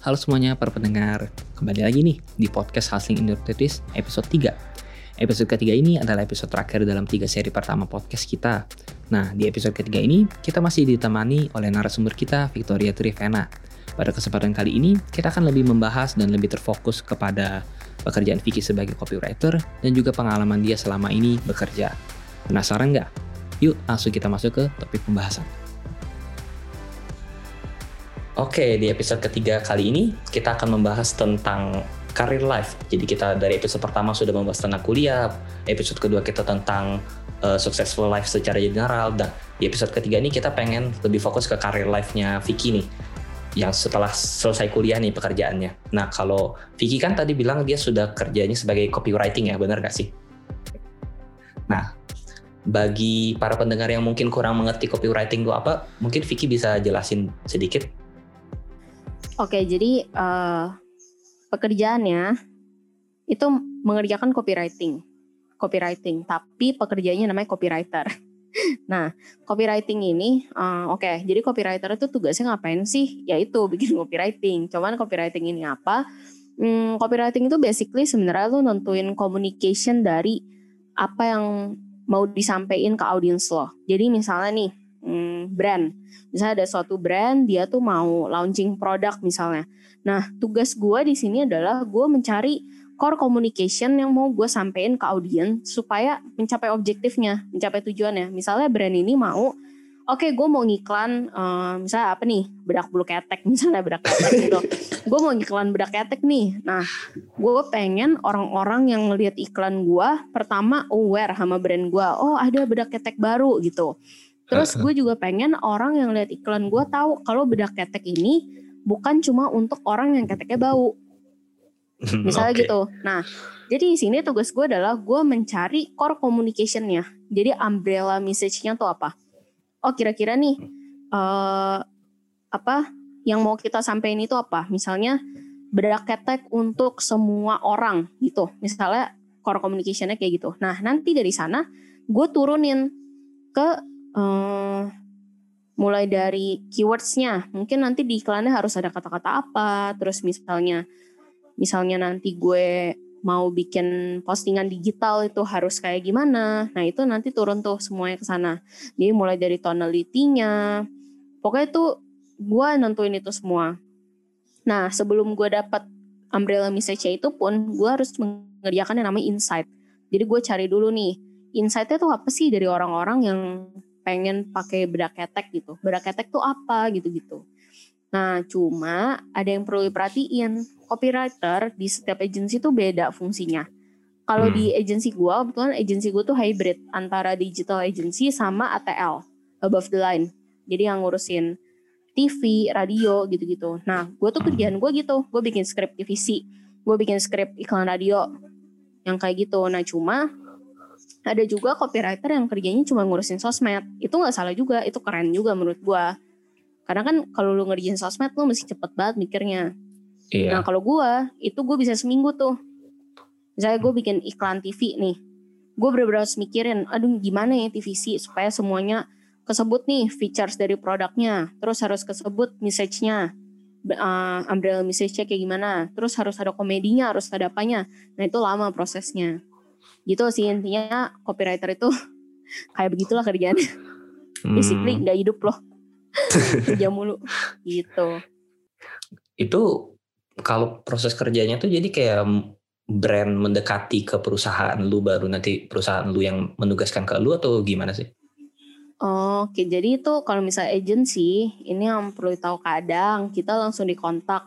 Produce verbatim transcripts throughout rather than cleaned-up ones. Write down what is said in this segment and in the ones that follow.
Halo semuanya para pendengar, kembali lagi nih di podcast Hustling in the thirties episode tiga. Episode ketiga ini adalah episode terakhir dalam tiga seri pertama podcast kita. Nah, di episode ketiga ini kita masih ditemani oleh narasumber kita, Victoria Trivena. Pada kesempatan kali ini, kita akan lebih membahas dan lebih terfokus kepada pekerjaan Vicky sebagai copywriter dan juga pengalaman dia selama ini bekerja. Penasaran nggak? Yuk langsung kita masuk ke topik pembahasan. Oke, di episode ketiga kali ini kita akan membahas tentang career life. Jadi kita dari episode pertama sudah membahas tentang kuliah, episode kedua kita tentang uh, successful life secara general, dan di episode ketiga ini kita pengen lebih fokus ke career life-nya Vicky nih, yang setelah selesai kuliah nih pekerjaannya. Nah, kalau Vicky kan tadi bilang dia sudah kerjanya sebagai copywriting ya, benar nggak sih? Nah, bagi para pendengar yang mungkin kurang mengerti copywriting itu apa, mungkin Vicky bisa jelasin sedikit. Oke, jadi uh, pekerjaannya itu mengerjakan copywriting, copywriting, tapi pekerjaannya namanya copywriter. Nah, copywriting ini, uh, oke, okay, jadi copywriter itu tugasnya ngapain sih? Yaitu bikin copywriting. Cuman copywriting ini apa? Hmm, copywriting itu basically sebenarnya lo nentuin communication dari apa yang mau disampaikan ke audiens lo. Jadi misalnya nih, hmm, brand. Misalnya ada suatu brand, dia tuh mau launching produk misalnya. Nah, tugas gue di sini adalah gue mencari core communication yang mau gue sampein ke audiens supaya mencapai objektifnya, mencapai tujuannya. Misalnya brand ini mau, oke okay, gue mau ngiklan, uh, misalnya apa nih, bedak bulu ketek, misalnya bedak ketek gitu. Gue mau ngiklan bedak ketek nih. Nah, gue pengen orang-orang yang ngelihat iklan gue, pertama aware sama brand gue. Oh, ada bedak ketek baru gitu. Terus gue juga pengen orang yang lihat iklan gue tahu kalau bedak ketek ini bukan cuma untuk orang yang keteknya bau. Misalnya okay. gitu. Nah, jadi di sini tugas gue adalah gue mencari core communication-nya. Jadi umbrella message-nya tuh apa? Oh, kira-kira nih uh, apa yang mau kita sampaikan itu apa? Misalnya bedak ketek untuk semua orang gitu. Misalnya core communication-nya kayak gitu. Nah, nanti dari sana gue turunin ke Uh, mulai dari keywords-nya, mungkin nanti di iklannya harus ada kata-kata apa, terus misalnya misalnya nanti gue mau bikin postingan digital itu harus kayak gimana, nah itu nanti turun tuh semuanya ke sana. Jadi mulai dari tonality-nya, pokoknya tuh gue nentuin itu semua. Nah, sebelum gue dapat umbrella message-nya itu pun gue harus mengerjakan yang namanya insight. Jadi gue cari dulu nih, insight-nya tuh apa sih dari orang-orang yang pengen pakai bedak ketek gitu. Bedak ketek tuh apa gitu-gitu. Nah, cuma ada yang perlu diperhatiin. Copywriter di setiap agensi tuh beda fungsinya. Kalau hmm. di agensi gue, kebetulan agensi gue tuh hybrid antara digital agency sama A T L, above the line. Jadi yang ngurusin T V, radio gitu-gitu. Nah, gue tuh kerjaan gue gitu. Gue bikin skrip T V C, gue bikin skrip iklan radio, yang kayak gitu. Nah, cuma ada juga copywriter yang kerjanya cuma ngurusin sosmed. Itu gak salah juga, itu keren juga menurut gue. Karena kan kalau lu ngerjain sosmed, lu mesti cepet banget mikirnya. Iya. Nah kalau gue, itu gue bisa seminggu tuh. Misalnya gue bikin iklan T V nih. Gue bener-bener harus mikirin, aduh gimana ya T V C supaya semuanya kesebut nih features dari produknya. Terus harus kesebut message-nya. Uh, umbrella message-nya kayak gimana. Terus harus ada komedinya, harus ada apanya. Nah itu lama prosesnya. Gitu sih intinya copywriter itu kayak begitulah kerjaannya. Hmm. Basically nggak hidup loh, kerja mulu gitu. Itu kalau proses kerjanya tuh jadi kayak brand mendekati ke perusahaan lu, baru nanti perusahaan lu yang menugaskan ke lu atau gimana sih? Oke, jadi itu kalau misalnya agency ini yang perlu tahu, kadang kita langsung dikontak,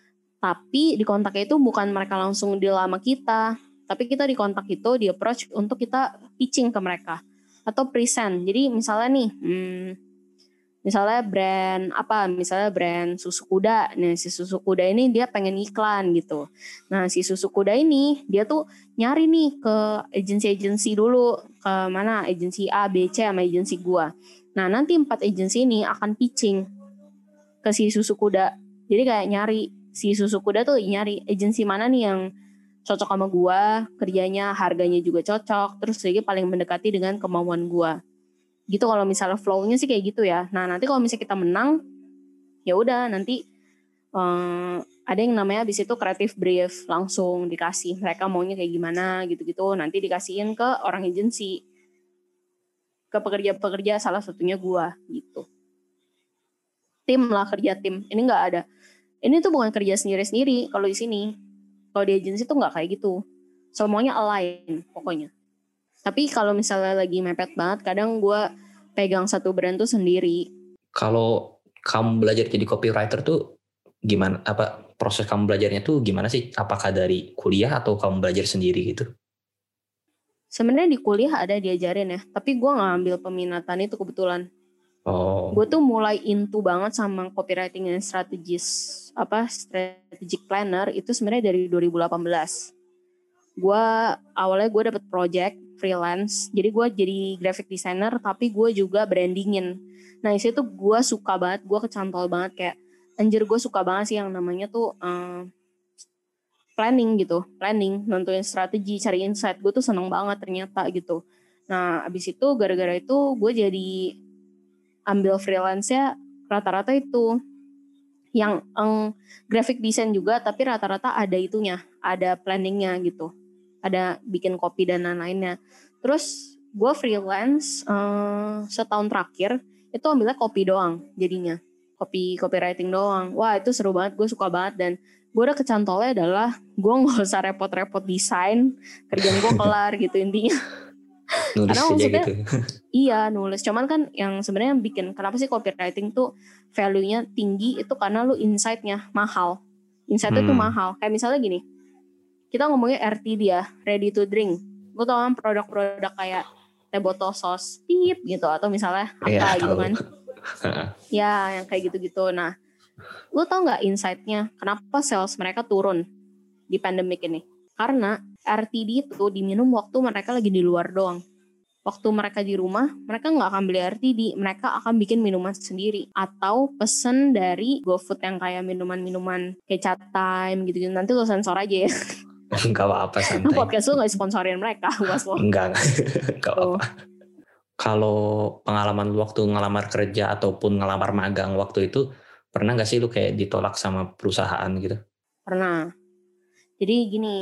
tapi dikontaknya itu bukan mereka langsung deal sama kita. Tapi kita di kontak itu, di approach untuk kita pitching ke mereka atau present. Jadi misalnya nih, hmm, misalnya brand apa, misalnya brand susu kuda. Nah si susu kuda ini dia pengen iklan gitu. Nah si susu kuda ini dia tuh nyari nih ke agensi-agensi dulu, ke mana agensi A, B, C sama agensi gua. Nah nanti empat agensi ini akan pitching ke si susu kuda. Jadi kayak nyari si susu kuda tuh nyari agensi mana nih yang cocok sama gua, kerjanya, harganya juga cocok, terus lagi paling mendekati dengan kemauan gua. Gitu kalau misalnya flow-nya sih kayak gitu ya. Nah, nanti kalau misalnya kita menang, ya udah nanti um, ada yang namanya abis itu creative brief, langsung dikasih mereka maunya kayak gimana gitu-gitu, nanti dikasihin ke orang agency, ke pekerja-pekerja, salah satunya gua gitu. Tim lah, kerja tim. Ini nggak ada. Ini tuh bukan kerja sendiri-sendiri kalau di sini. Kalau di agency tuh nggak kayak gitu. Semuanya align pokoknya. Tapi kalau misalnya lagi mepet banget, kadang gua pegang satu brand tuh sendiri. Kalau kamu belajar jadi copywriter tuh gimana? Apa proses kamu belajarnya tuh gimana sih? Apakah dari kuliah atau kamu belajar sendiri gitu? Sebenarnya di kuliah ada diajarin ya, tapi gue nggak ambil peminatan itu kebetulan. Oh. Gue tuh mulai into banget sama copywriting and strategis, apa strategic planner itu sebenarnya dari dua ribu delapan belas. Gue awalnya gue dapet project freelance, jadi gue jadi graphic designer, tapi gue juga brandingin. Nah isinya tuh gue suka banget, gue kecantol banget kayak anjir gue suka banget sih yang namanya tuh uh, planning gitu, planning, nentuin strategi, cari insight. Gue tuh seneng banget ternyata gitu. Nah abis itu gara-gara itu gue jadi ambil freelance-nya rata-rata itu yang um, graphic design juga, tapi rata-rata ada itunya, ada planningnya gitu, ada bikin copy dan lain-lainnya. Terus gue freelance um, setahun terakhir itu ambilnya copy doang jadinya, copy copywriting doang. Wah itu seru banget, gue suka banget dan gue udah kecantolnya adalah gue nggak usah repot-repot desain, kerjaan gue kelar gitu intinya. Nulis Karena aja maksudnya gitu. iya nulis, cuman kan yang sebenarnya bikin kenapa sih copywriting tuh value-nya tinggi itu karena lu insight-nya mahal. Insight-nya Hmm. tuh mahal. Kayak misalnya gini, kita ngomongnya R T D ya, ready to drink. Lu tau kan produk-produk kayak teh botol sos tip gitu atau misalnya apa Ya, gitu tahu. kan. Ya yang kayak gitu-gitu. Nah lu tau gak insight-nya kenapa sales mereka turun di pandemic ini? Karena R T D itu diminum waktu mereka lagi di luar doang. Waktu mereka di rumah, mereka nggak akan beli R T D, mereka akan bikin minuman sendiri. Atau pesen dari GoFood yang kayak minuman-minuman kayak Chat Time gitu-gitu. Nanti lo sensor aja ya. Enggak apa-apa, santai. Podcast lo gak sponsorin mereka, was lo. Enggak, enggak apa-apa. Kalau pengalaman lu waktu ngelamar kerja ataupun ngelamar magang waktu itu, pernah gak sih lu kayak ditolak sama perusahaan gitu? Pernah. Jadi gini,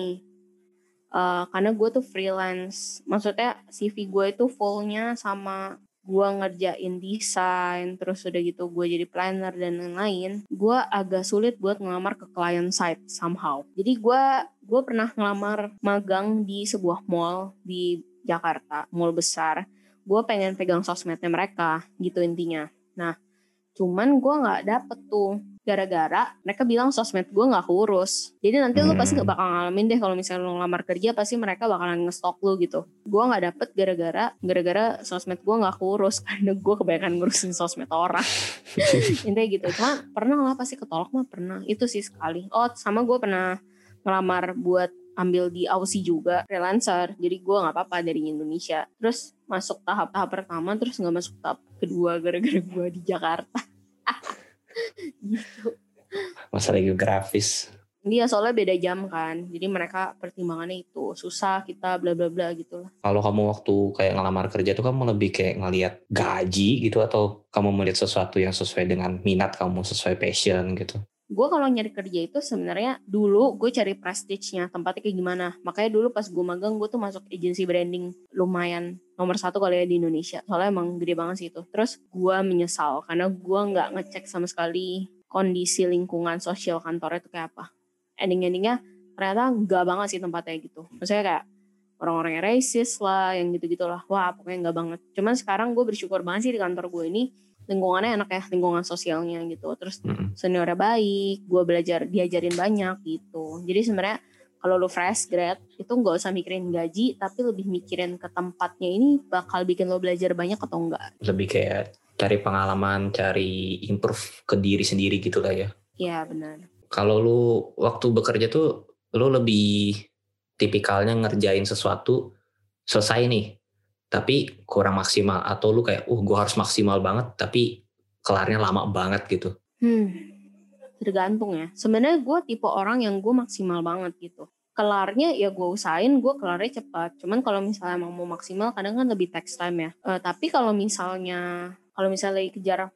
uh, karena gue tuh freelance, maksudnya C V gue itu fullnya sama gue ngerjain desain, terus udah gitu gue jadi planner dan lain-lain, gue agak sulit buat ngelamar ke client side somehow. Jadi gue gue pernah ngelamar magang di sebuah mall di Jakarta, mall besar. Gue pengen pegang sosmednya mereka gitu intinya. Nah cuman gue nggak dapet tuh gara-gara mereka bilang sosmed gue nggak keurus. Jadi nanti hmm. lu pasti gak bakal ngalamin deh kalau misalnya lu ngelamar kerja pasti mereka bakalan ngestok lu gitu. Gue nggak dapet gara-gara gara-gara sosmed gue nggak keurus karena gue kebanyakan ngurusin sosmed orang. Intinya gitu. Cuma pernah lah pasti ketolak mah pernah. Itu sih sekali. Oh sama gue pernah ngelamar buat ambil di Aussie juga freelancer. Jadi gue nggak apa-apa dari Indonesia. Terus masuk tahap-tahap pertama terus nggak masuk tahap kedua gara-gara gue di Jakarta. Gitu. Masalah geografis. Iya soalnya beda jam kan. Jadi mereka pertimbangannya itu susah kita bla bla bla gitu lah. Kalau kamu waktu kayak ngelamar kerja tuh kamu lebih kayak ngelihat gaji gitu atau kamu melihat sesuatu yang sesuai dengan minat kamu, sesuai passion gitu? Gue kalau nyari kerja itu sebenarnya dulu gue cari prestige-nya, tempatnya kayak gimana. Makanya dulu pas gue magang gue tuh masuk agensi branding lumayan nomor satu kali ya di Indonesia. Soalnya emang gede banget sih itu. Terus gue menyesal karena gue nggak ngecek sama sekali kondisi lingkungan sosial kantornya itu kayak apa. Ending-endingnya ternyata nggak banget sih tempatnya gitu. Maksudnya kayak orang-orang yang racist lah, yang gitu-gitu lah. Wah pokoknya nggak banget. Cuman sekarang gue bersyukur banget sih di kantor gue ini lingkungannya enak ya, lingkungan sosialnya gitu. Terus seniornya baik, gue belajar diajarin banyak gitu. Jadi sebenarnya kalau lu fresh grad itu nggak usah mikirin gaji, tapi lebih mikirin ke tempatnya ini bakal bikin lo belajar banyak atau enggak. Lebih kayak cari pengalaman, cari improve ke diri sendiri gitu lah ya. Iya benar. Kalau lu waktu bekerja tuh lu lebih tipikalnya ngerjain sesuatu selesai nih, tapi kurang maksimal, atau lu kayak, uh gue harus maksimal banget, tapi kelarnya lama banget gitu? Hmm, tergantung ya. Sebenarnya gue tipe orang yang gue maksimal banget gitu. Kelarnya ya gue usahain, gue kelarnya cepat. Cuman kalau misalnya mau maksimal, kadang kan lebih takes time ya. Uh, tapi kalau misalnya, kalau misalnya kejar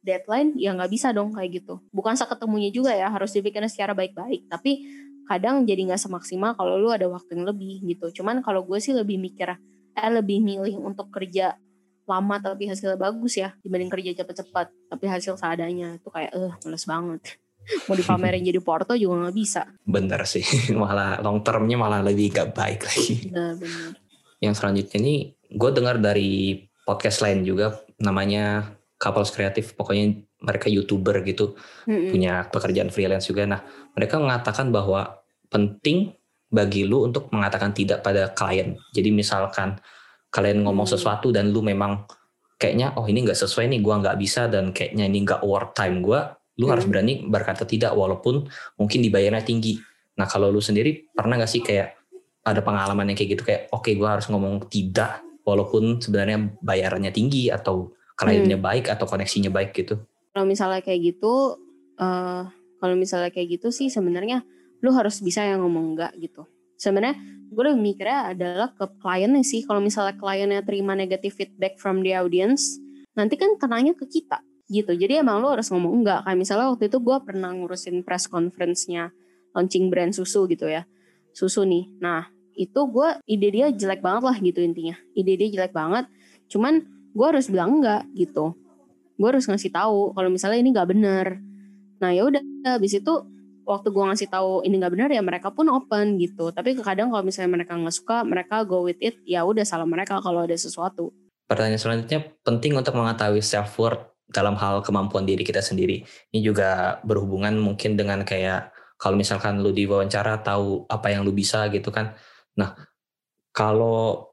deadline, ya nggak bisa dong kayak gitu. Bukan seketemunya juga ya, harus dibikin secara baik-baik. Tapi kadang jadi nggak semaksimal kalau lu ada waktu yang lebih gitu. Cuman kalau gue sih lebih mikir, eh lebih milih untuk kerja lama tapi hasilnya bagus ya, dibanding kerja cepet-cepet tapi hasil seadanya. Itu kayak eh males banget. Mau dipamerin jadi Porto juga nggak bisa. Bener sih, malah long termnya malah lebih gak baik lagi. Benar-benar. Yang selanjutnya ini gue dengar dari podcast lain juga, namanya Couples Kreatif, pokoknya mereka YouTuber gitu, mm-hmm. punya pekerjaan freelance juga. Nah mereka mengatakan bahwa penting bagi lu untuk mengatakan tidak pada klien. Jadi misalkan kalian ngomong hmm. sesuatu dan lu memang kayaknya oh ini nggak sesuai nih, gue nggak bisa dan kayaknya ini nggak worth time gue, lu hmm. harus berani berkata tidak walaupun mungkin dibayarnya tinggi. Nah kalau lu sendiri pernah nggak sih kayak ada pengalaman yang kayak gitu, kayak oke okay, gue harus ngomong tidak walaupun sebenarnya bayarannya tinggi atau kliennya hmm. baik atau koneksinya baik gitu? Kalau misalnya kayak gitu, uh, kalau misalnya kayak gitu sih sebenarnya lu harus bisa yang ngomong enggak gitu. Sebenarnya gue udah mikirnya adalah ke kliennya sih. Kalau misalnya kliennya terima negative feedback from the audience, nanti kan kenanya ke kita gitu. Jadi emang lu harus ngomong enggak. Kayak misalnya waktu itu gue pernah ngurusin press conference-nya launching brand susu gitu ya. Susu nih. Nah itu gue, ide dia jelek banget lah gitu intinya. Ide dia jelek banget. Cuman gue harus bilang enggak gitu. Gue harus ngasih tahu kalau misalnya ini nggak benar. Nah ya udah, habis itu waktu gue ngasih tahu ini nggak benar ya mereka pun open gitu. Tapi kadang kalau misalnya mereka nggak suka, mereka go with it, ya udah salah mereka kalau ada sesuatu. Pertanyaan selanjutnya, penting untuk mengetahui self worth dalam hal kemampuan diri kita sendiri. Ini juga berhubungan mungkin dengan kayak kalau misalkan lu diwawancara tahu apa yang lu bisa gitu kan. Nah kalau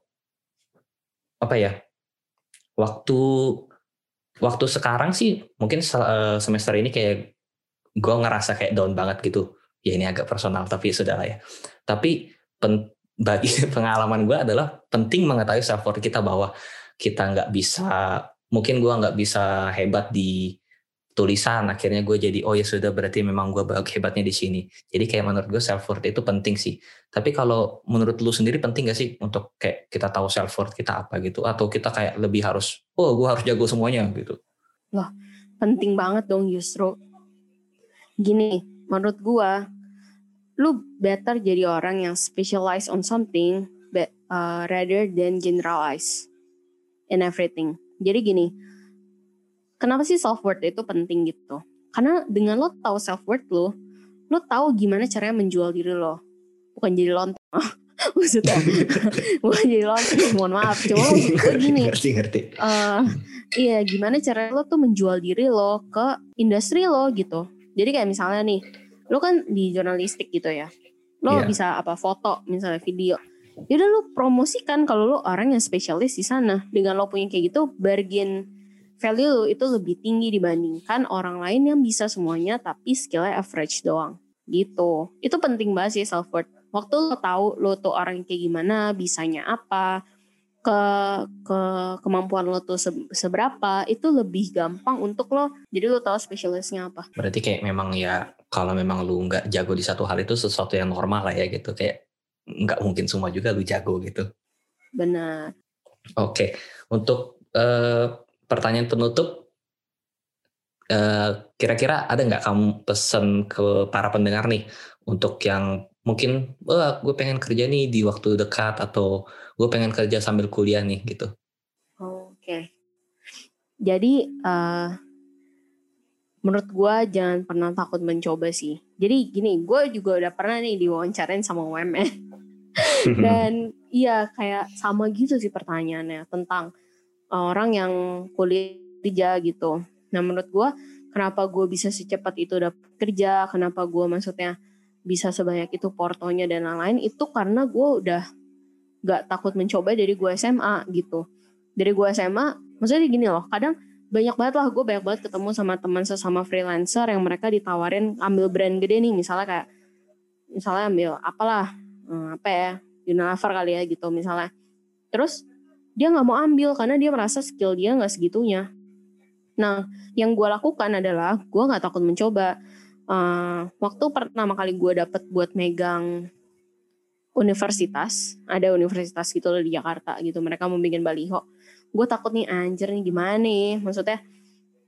apa ya, waktu waktu sekarang sih mungkin semester ini kayak gue ngerasa kayak down banget gitu. Ya ini agak personal tapi sudahlah ya. Tapi pen, bagi pengalaman gue adalah penting mengetahui self worth kita, bahwa kita nggak bisa, mungkin gue nggak bisa hebat di tulisan, akhirnya gue jadi oh ya sudah berarti memang gue hebatnya di sini. Jadi kayak menurut gue self worth itu penting sih. Tapi kalau menurut lu sendiri penting gak sih untuk kayak kita tahu self worth kita apa gitu, atau kita kayak lebih harus oh gue harus jago semuanya gitu? Loh penting banget dong justru. Gini, menurut gue lu better jadi orang yang specialize on something but, uh, rather than generalize in everything. Jadi gini, kenapa sih self-worth itu penting gitu? Karena dengan lo tahu self-worth lo, lo tahu gimana caranya menjual diri lo. Bukan jadi lontong. Maksudnya, bukan jadi lontong, mohon maaf. Cuma maksud gue gini. Ngerti-ngerti. Uh, iya, gimana caranya lo tuh menjual diri lo ke industri lo gitu. Jadi kayak misalnya nih, lo kan di jurnalistik gitu ya. Lo yeah. bisa apa foto, misalnya video. Yaudah lo promosikan kalau lo orang yang spesialis di sana. Dengan lo punya kayak gitu, bargain value lo itu lebih tinggi dibandingkan orang lain yang bisa semuanya tapi skillnya average doang. Gitu. Itu penting banget sih self worth. Waktu lo tahu lo tuh orang kayak gimana, bisanya apa, ke ke kemampuan lo tuh seberapa, itu lebih gampang untuk lo. Jadi lo tahu spesialisnya apa. Berarti kayak memang ya kalau memang lo nggak jago di satu hal itu sesuatu yang normal lah ya gitu, kayak nggak mungkin semua juga lo jago gitu. Benar. Oke, untuk uh, pertanyaan penutup, uh, kira-kira ada nggak kamu pesan ke para pendengar nih untuk yang mungkin, wah gue pengen kerja nih di waktu dekat atau gue pengen kerja sambil kuliah nih gitu? Oke, okay. Jadi uh, menurut gue jangan pernah takut mencoba sih. Jadi gini, gue juga udah pernah nih diwawancarain sama U M N dan iya kayak sama gitu sih pertanyaannya tentang orang yang kuliah kerja gitu. Nah menurut gue kenapa gue bisa secepat itu dapat kerja, kenapa gue maksudnya bisa sebanyak itu portonya dan lain-lain, itu karena gue udah gak takut mencoba dari gue S M A gitu. Dari gue S M A, maksudnya gini loh, kadang banyak banget lah gue banyak banget ketemu sama teman sesama freelancer yang mereka ditawarin ambil brand gede nih, misalnya kayak misalnya ambil apalah, hmm, apa ya, Unilever kali ya gitu misalnya. Terus dia gak mau ambil karena dia merasa skill dia gak segitunya. Nah yang gue lakukan adalah gue gak takut mencoba. Uh, waktu pertama kali gue dapet buat megang universitas, ada universitas gitu loh di Jakarta gitu, mereka mau bikin baliho. Gue takut nih anjir nih gimana nih, maksudnya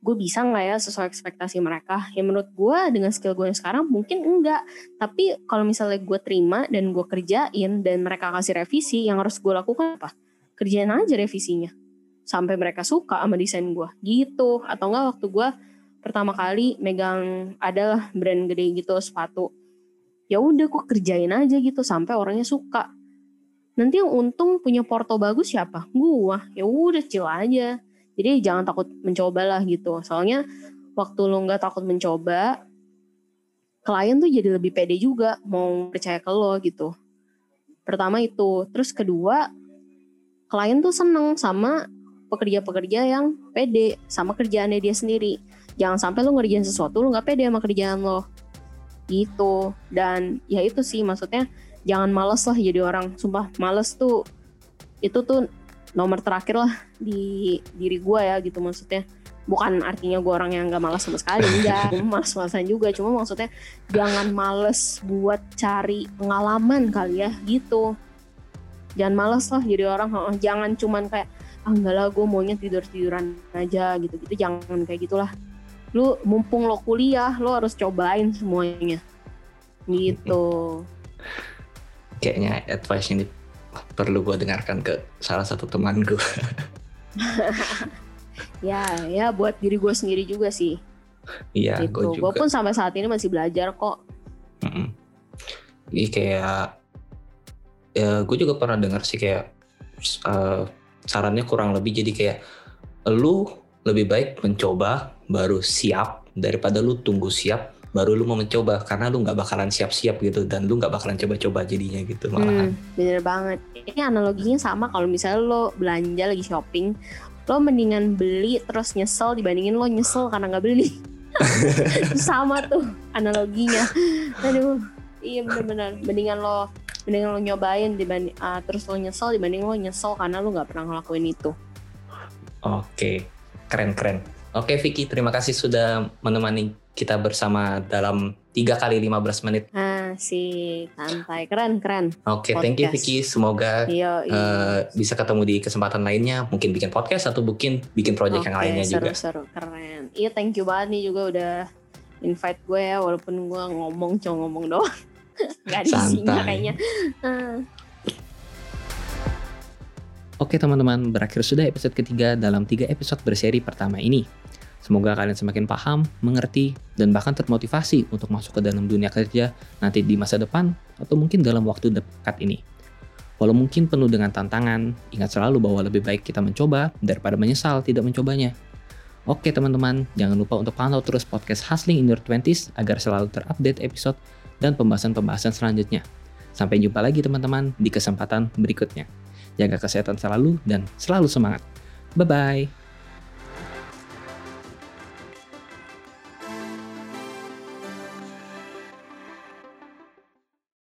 gue bisa nggak ya sesuai ekspektasi mereka. Ya menurut gue dengan skill gue yang sekarang mungkin enggak, tapi kalau misalnya gue terima dan gue kerjain dan mereka kasih revisi, yang harus gue lakukan apa? Kerjain aja revisinya sampai mereka suka sama desain gue gitu. Atau enggak waktu gue pertama kali megang adalah brand gede gitu sepatu, ya udah gue kerjain aja gitu sampai orangnya suka. Nanti yang untung punya porto bagus siapa? Gue. Ya udah chill aja. Jadi jangan takut mencoba lah gitu. Soalnya waktu lo gak takut mencoba, klien tuh jadi lebih pede juga mau percaya ke lo gitu. Pertama itu. Terus kedua, klien tuh seneng sama pekerja-pekerja yang pede sama kerjaannya dia sendiri. Jangan sampai lo ngerjain sesuatu lo gak pede sama kerjaan lo gitu. Dan ya itu sih maksudnya, jangan males lah jadi orang. Sumpah males tuh, itu tuh nomor terakhir lah di diri gue ya gitu. Maksudnya bukan artinya gue orang yang gak malas sama sekali, enggak, gue malas-malasan juga. Cuma maksudnya jangan males buat cari pengalaman kali ya gitu. Jangan males lah jadi orang. Jangan cuman kayak ah enggak lah gue maunya tidur-tiduran aja gitu-gitu. Jangan kayak gitulah. Lu mumpung lo kuliah, lo harus cobain semuanya gitu. Kayaknya advice ini perlu gue dengarkan ke salah satu teman gue. ya, ya buat diri gue sendiri juga sih. Iya, gitu. gue juga. Gue pun sampai saat ini masih belajar kok. Mm-mm. Jadi kayak, ya gue juga pernah dengar sih kayak uh, sarannya kurang lebih jadi kayak lu lebih baik mencoba baru siap daripada lu tunggu siap baru lu mau mencoba, karena lu nggak bakalan siap-siap gitu dan lu nggak bakalan coba-coba jadinya gitu malahan. Hmm, bener banget. Ini analoginya sama kalau misalnya lo belanja lagi shopping, lo mendingan beli terus nyesel dibandingin lo nyesel karena nggak beli. Sama tuh analoginya. Aduh, iya benar-benar. Mendingan lo mendingan lo nyobain dibanding uh, terus lo nyesel dibanding lo nyesel karena lo nggak pernah ngelakuin itu. Oke, keren-keren. Oke Vicky, terima kasih sudah menemani kita bersama dalam tiga kali lima belas menit. Ah, sih, santai, keren-keren. Oke, thank you Vicky. Semoga iyo, iyo. Uh, bisa ketemu di kesempatan lainnya. Mungkin bikin podcast atau mungkin bikin project okay, yang lainnya seru, juga. Seru-seru, keren. Iya, thank you banget nih juga udah invite gue ya. Walaupun gue ngomong, cuma ngomong doang. Gak ada isinya kayaknya. Ah. Oke teman-teman, berakhir sudah episode ketiga dalam tiga episode berseri pertama ini. Semoga kalian semakin paham, mengerti, dan bahkan termotivasi untuk masuk ke dalam dunia kerja nanti di masa depan atau mungkin dalam waktu dekat ini. Walau mungkin penuh dengan tantangan, ingat selalu bahwa lebih baik kita mencoba daripada menyesal tidak mencobanya. Oke teman-teman, jangan lupa untuk pantau terus podcast Hustling in Your twenties agar selalu terupdate episode dan pembahasan-pembahasan selanjutnya. Sampai jumpa lagi teman-teman di kesempatan berikutnya. Jaga kesehatan selalu dan selalu semangat. Bye-bye.